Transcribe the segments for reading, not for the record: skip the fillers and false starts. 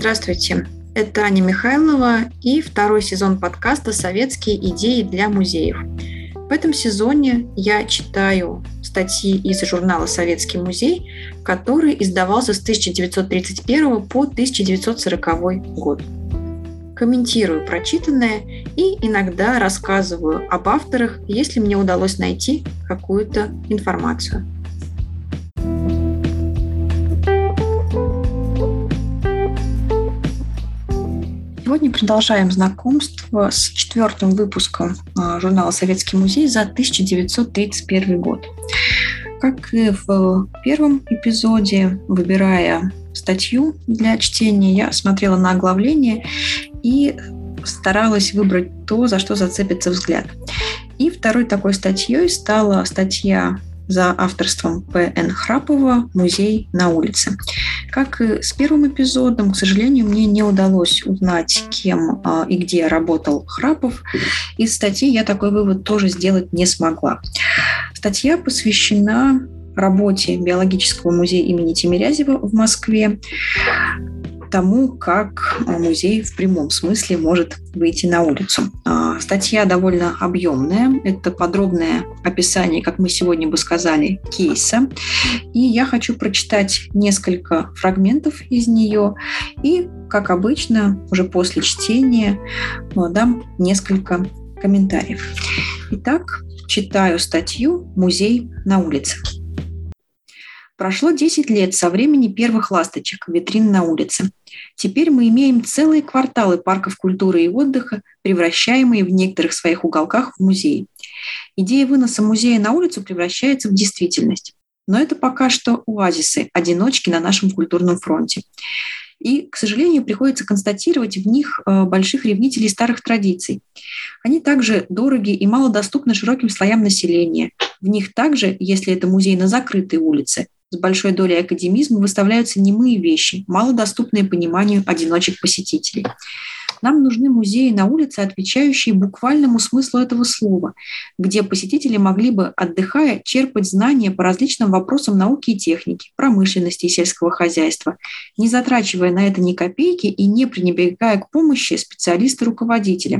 Здравствуйте, это Аня Михайлова и второй сезон подкаста «Советские идеи для музеев». В этом сезоне я читаю статьи из журнала «Советский музей», который издавался с 1931 по 1940 год. Комментирую прочитанное и иногда рассказываю об авторах, если мне удалось найти какую-то информацию. Сегодня продолжаем знакомство с 4-м выпуском журнала «Советский музей» за 1931 год. Как и в первом эпизоде, выбирая статью для чтения, я смотрела на оглавление и старалась выбрать то, за что зацепится взгляд. И второй такой статьей стала статья за авторством П.Н. Храпова «Музей на улице». Как и с первым эпизодом, к сожалению, мне не удалось узнать, кем и где работал Храпов. Из статьи я такой вывод тоже сделать не смогла. Статья посвящена работе Биологического музея имени Тимирязева в Москве, тому, как музей в прямом смысле может выйти на улицу. Статья довольно объемная. Это подробное описание, как мы сегодня бы сказали, кейса. И я хочу прочитать несколько фрагментов из нее. И, как обычно, уже после чтения дам несколько комментариев. Итак, читаю статью «Музей на улице». Прошло 10 лет со времени первых ласточек, витрин на улице. Теперь мы имеем целые кварталы парков культуры и отдыха, превращаемые в некоторых своих уголках в музеи. Идея выноса музея на улицу превращается в действительность. Но это пока что оазисы, одиночки на нашем культурном фронте. И, к сожалению, приходится констатировать в них больших ревнителей старых традиций. Они также дороги и малодоступны широким слоям населения. В них также, если это музей на закрытой улице, с большой долей академизма выставляются немые вещи, малодоступные пониманию одиночек-посетителей. Нам нужны музеи на улице, отвечающие буквальному смыслу этого слова, где посетители могли бы, отдыхая, черпать знания по различным вопросам науки и техники, промышленности и сельского хозяйства, не затрачивая на это ни копейки и не пренебрегая к помощи специалиста-руководителя,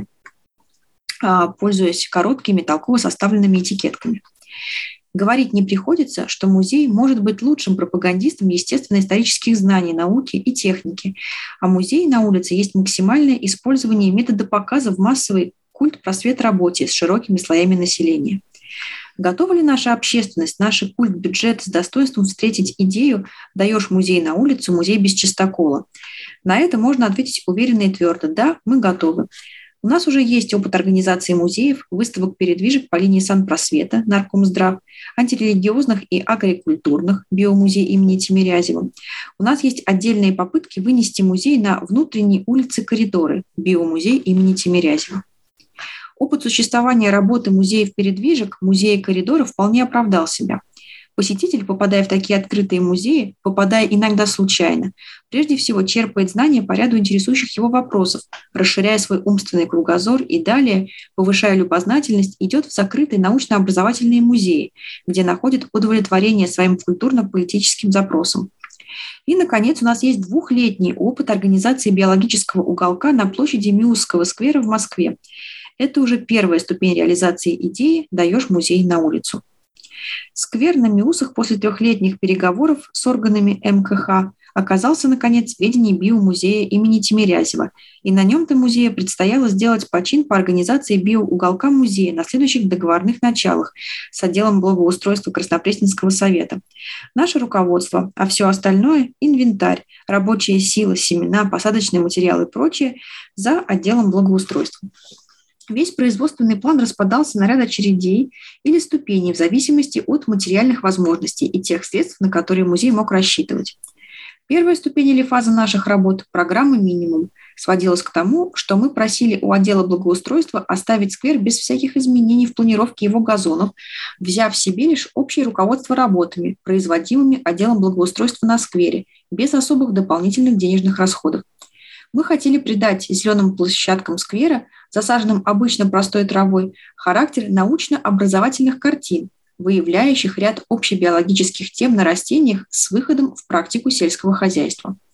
пользуясь короткими, толково составленными этикетками. Говорить не приходится, что музей может быть лучшим пропагандистом естественно-исторических знаний, науки и техники, а музей на улице есть максимальное использование метода показа в массовый культ-просвет-работе с широкими слоями населения. Готова ли наша общественность, наш культ-бюджет с достоинством встретить идею «даешь музей на улицу, музей без чистокола»? На это можно ответить уверенно и твердо: да, мы готовы. У нас уже есть опыт организации музеев, выставок передвижек по линии санпросвета, Наркомздрав, антирелигиозных и агрокультурных, биомузей имени Тимирязева. У нас есть отдельные попытки вынести музей на внутренние улицы-коридоры, биомузей имени Тимирязева. Опыт существования работы музеев-передвижек, музея-коридоров вполне оправдал себя. Посетитель, попадая в такие открытые музеи, попадая иногда случайно, прежде всего черпает знания по ряду интересующих его вопросов, расширяя свой умственный кругозор и далее, повышая любознательность, идет в закрытые научно-образовательные музеи, где находит удовлетворение своим культурно-политическим запросам. И, наконец, у нас есть 2-летний опыт организации биологического уголка на площади Миусского сквера в Москве. Это уже первая ступень реализации идеи «даешь музей на улицу». Сквер на Миусах после 3-летних переговоров с органами МКХ оказался, наконец, в ведении биомузея имени Тимирязева, и на нем-то музея предстояло сделать почин по организации биоуголка музея на следующих договорных началах с отделом благоустройства Краснопресненского совета. Наше руководство, а все остальное – инвентарь, рабочая сила, семена, посадочные материалы и прочее – за отделом благоустройства. Весь производственный план распадался на ряд очередей или ступеней в зависимости от материальных возможностей и тех средств, на которые музей мог рассчитывать. Первая ступень или фаза наших работ, программа «Минимум», сводилась к тому, что мы просили у отдела благоустройства оставить сквер без всяких изменений в планировке его газонов, взяв себе лишь общее руководство работами, производимыми отделом благоустройства на сквере, без особых дополнительных денежных расходов. Мы хотели придать зеленым площадкам сквера, засаженным обычно простой травой, характер научно-образовательных картин, выявляющих ряд общебиологических тем на растениях с выходом в практику сельского хозяйства.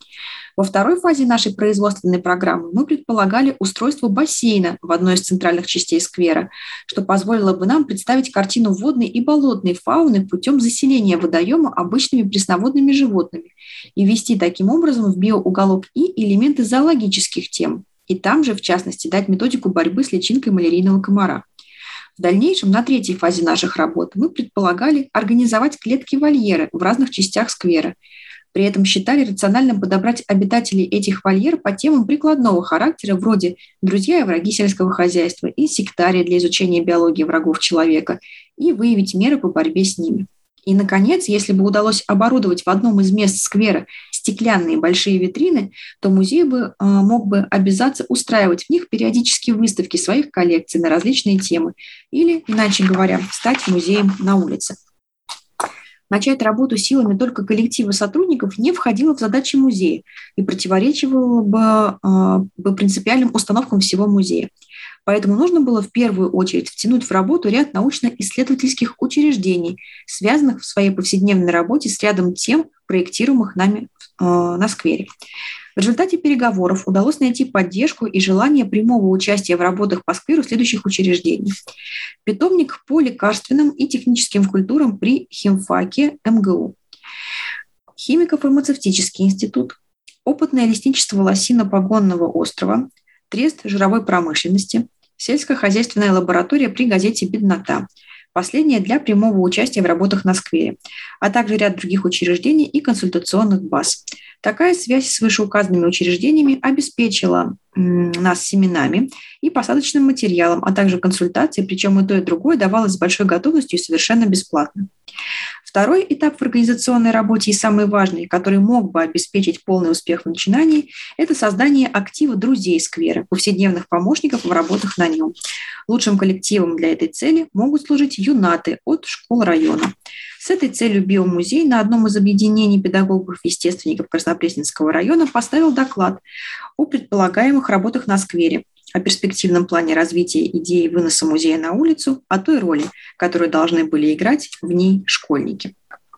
Во второй фазе нашей производственной программы мы предполагали устройство бассейна в одной из центральных частей сквера, что позволило бы нам представить картину водной и болотной фауны путем заселения водоема обычными пресноводными животными и ввести таким образом в биоуголок И элементы зоологических тем, и там же, в частности, дать методику борьбы с личинкой малярийного комара. В дальнейшем, на третьей фазе наших работ, мы предполагали организовать клетки-вольеры в разных частях сквера. При этом считали рациональным подобрать обитателей этих вольеров по темам прикладного характера, вроде «Друзья и враги сельского хозяйства», «Инсектарии» для изучения биологии врагов человека и выявить меры по борьбе с ними. И, наконец, если бы удалось оборудовать в одном из мест сквера стеклянные большие витрины, то музей мог бы обязаться устраивать в них периодические выставки своих коллекций на различные темы или, иначе говоря, стать музеем на улице. Начать работу силами только коллектива сотрудников не входило в задачи музея и противоречило бы принципиальным установкам всего музея. Поэтому нужно было в первую очередь втянуть в работу ряд научно-исследовательских учреждений, связанных в своей повседневной работе с рядом тем, проектируемых нами на сквере. В результате переговоров удалось найти поддержку и желание прямого участия в работах по скверу следующих учреждений. Питомник по лекарственным и техническим культурам при химфаке МГУ, химико-фармацевтический институт, опытное лесничество Лосино-Погонного острова, трест жировой промышленности, сельскохозяйственная лаборатория при газете «Беднота», последняя для прямого участия в работах на сквере, а также ряд других учреждений и консультационных баз. Такая связь с вышеуказанными учреждениями обеспечила нас семенами и посадочным материалом, а также консультацией, причем и то, и другое давалось с большой готовностью и совершенно бесплатно. Второй этап в организационной работе и самый важный, который мог бы обеспечить полный успех в начинании, это создание актива друзей сквера, повседневных помощников в работах на нем. Лучшим коллективом для этой цели могут служить юнаты от школ района. С этой целью биомузей на одном из объединений педагогов-естественников Краснопресненского района поставил доклад о предполагаемых работах на сквере, о перспективном плане развития идеи выноса музея на улицу, о той роли, которую должны были играть в ней школьники.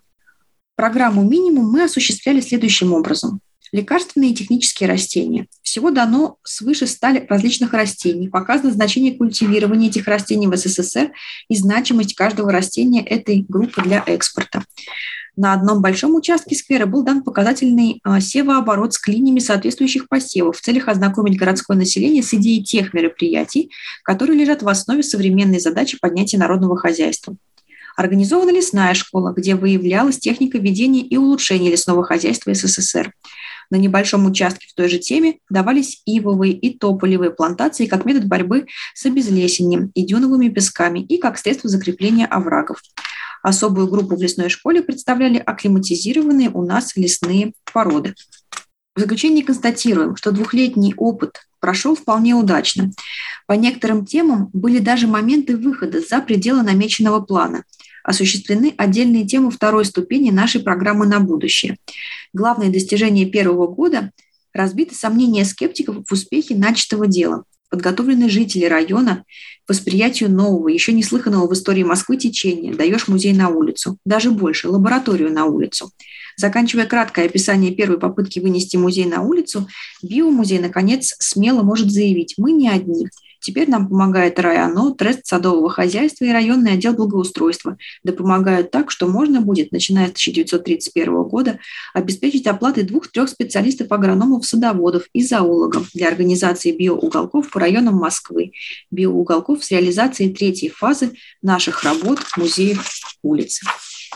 Программу «Минимум» мы осуществляли следующим образом. Лекарственные и технические растения. Всего дано свыше 100 различных растений. Показано значение культивирования этих растений в СССР и значимость каждого растения этой группы для экспорта. На одном большом участке сквера был дан показательный севооборот с клинями соответствующих посевов в целях ознакомить городское население с идеей тех мероприятий, которые лежат в основе современной задачи поднятия народного хозяйства. Организована лесная школа, где выявлялась техника ведения и улучшения лесного хозяйства СССР. На небольшом участке в той же теме давались ивовые и тополевые плантации как метод борьбы с обезлесением и дюновыми песками и как средство закрепления оврагов. Особую группу в лесной школе представляли акклиматизированные у нас лесные породы. В заключение констатируем, что двухлетний опыт прошел вполне удачно. По некоторым темам были даже моменты выхода за пределы намеченного плана. Осуществлены отдельные темы второй ступени нашей программы на будущее. Главные достижения первого года – разбиты сомнения скептиков в успехе начатого дела. Подготовлены жители района к восприятию нового, еще не слыханного в истории Москвы течения. Даешь музей на улицу. Даже больше – лабораторию на улицу. Заканчивая краткое описание первой попытки вынести музей на улицу, биомузей, наконец, смело может заявить: мы не одни. Теперь нам помогает РайОНО, трест садового хозяйства и районный отдел благоустройства. Да помогают так, что можно будет, начиная с 1931 года, обеспечить оплатой 2-3 специалистов-агрономов-садоводов и зоологов для организации биоуголков по районам Москвы. Биоуголков с реализацией третьей фазы наших работ музеев улицы.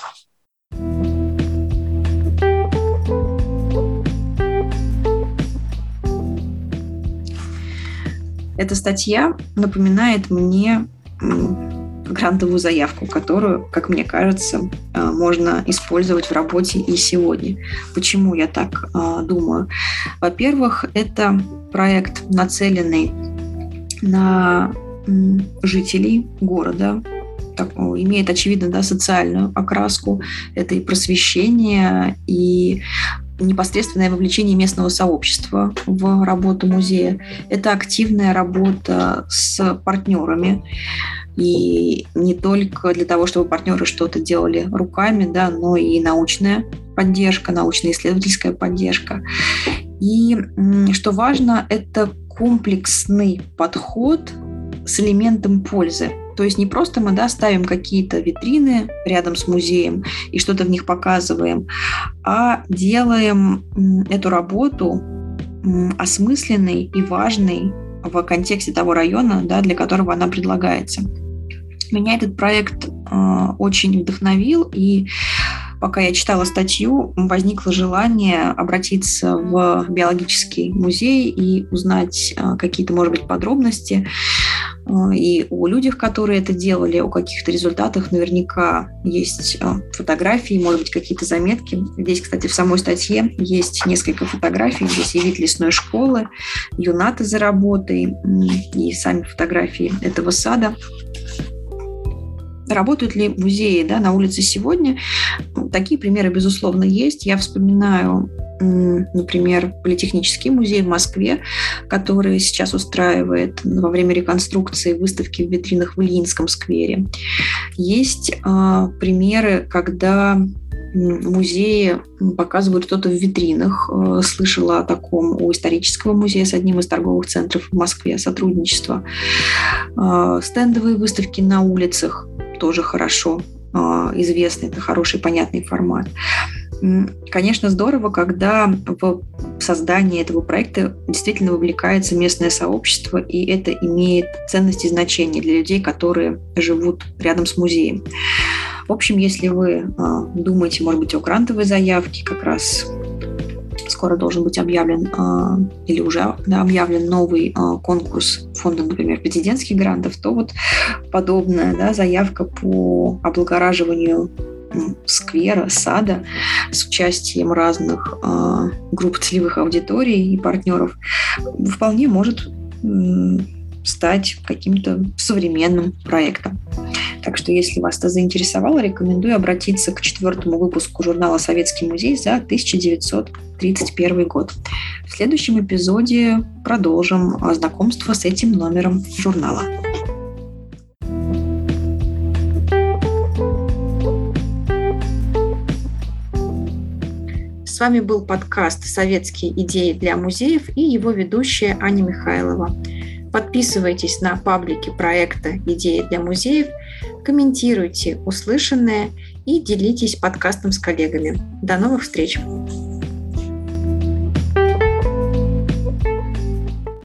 Эта статья напоминает мне грантовую заявку, которую, как мне кажется, можно использовать в работе и сегодня. Почему я так думаю? Во-первых, это проект, нацеленный на жителей города, имеет, очевидно, социальную окраску. Это и просвещение, и непосредственное вовлечение местного сообщества в работу музея. Это активная работа с партнерами. И не только для того, чтобы партнеры что-то делали руками, но и научная поддержка, научно-исследовательская поддержка. И что важно, это комплексный подход с элементом пользы. То есть не просто мы ставим какие-то витрины рядом с музеем и что-то в них показываем, а делаем эту работу осмысленной и важной в контексте того района, для которого она предлагается. Меня этот проект очень вдохновил, и пока я читала статью, возникло желание обратиться в биологический музей и узнать какие-то, может быть, подробности. И о людях, которые это делали, о каких-то результатах наверняка есть фотографии, может быть, какие-то заметки. Здесь, кстати, в самой статье есть несколько фотографий. Здесь и вид лесной школы, юнаты за работой и сами фотографии этого сада. Работают ли музеи на улице сегодня? Такие примеры, безусловно, есть. Я вспоминаю, например, Политехнический музей в Москве, который сейчас устраивает во время реконструкции выставки в витринах в Ильинском сквере. Есть примеры, когда музеи показывают что-то в витринах. Слышала о таком у исторического музея с одним из торговых центров в Москве, сотрудничество. Стендовые выставки на улицах тоже хорошо известный, это хороший, понятный формат. Конечно, здорово, когда в создании этого проекта действительно вовлекается местное сообщество, и это имеет ценность и значение для людей, которые живут рядом с музеем. В общем, если вы думаете, может быть, о грантовой заявке, как раз скоро должен быть объявлен или уже объявлен новый конкурс фонда, например, президентских грантов, то вот подобная заявка по облагораживанию сквера, сада с участием разных групп целевых аудиторий и партнеров вполне может стать каким-то современным проектом. Так что, если вас это заинтересовало, рекомендую обратиться к 4-му выпуску журнала «Советский музей» за 1931 год. В следующем эпизоде продолжим знакомство с этим номером журнала. С вами был подкаст «Советские идеи для музеев» и его ведущая Аня Михайлова. Подписывайтесь на паблики проекта «Идеи для музеев», комментируйте услышанное и делитесь подкастом с коллегами. До новых встреч!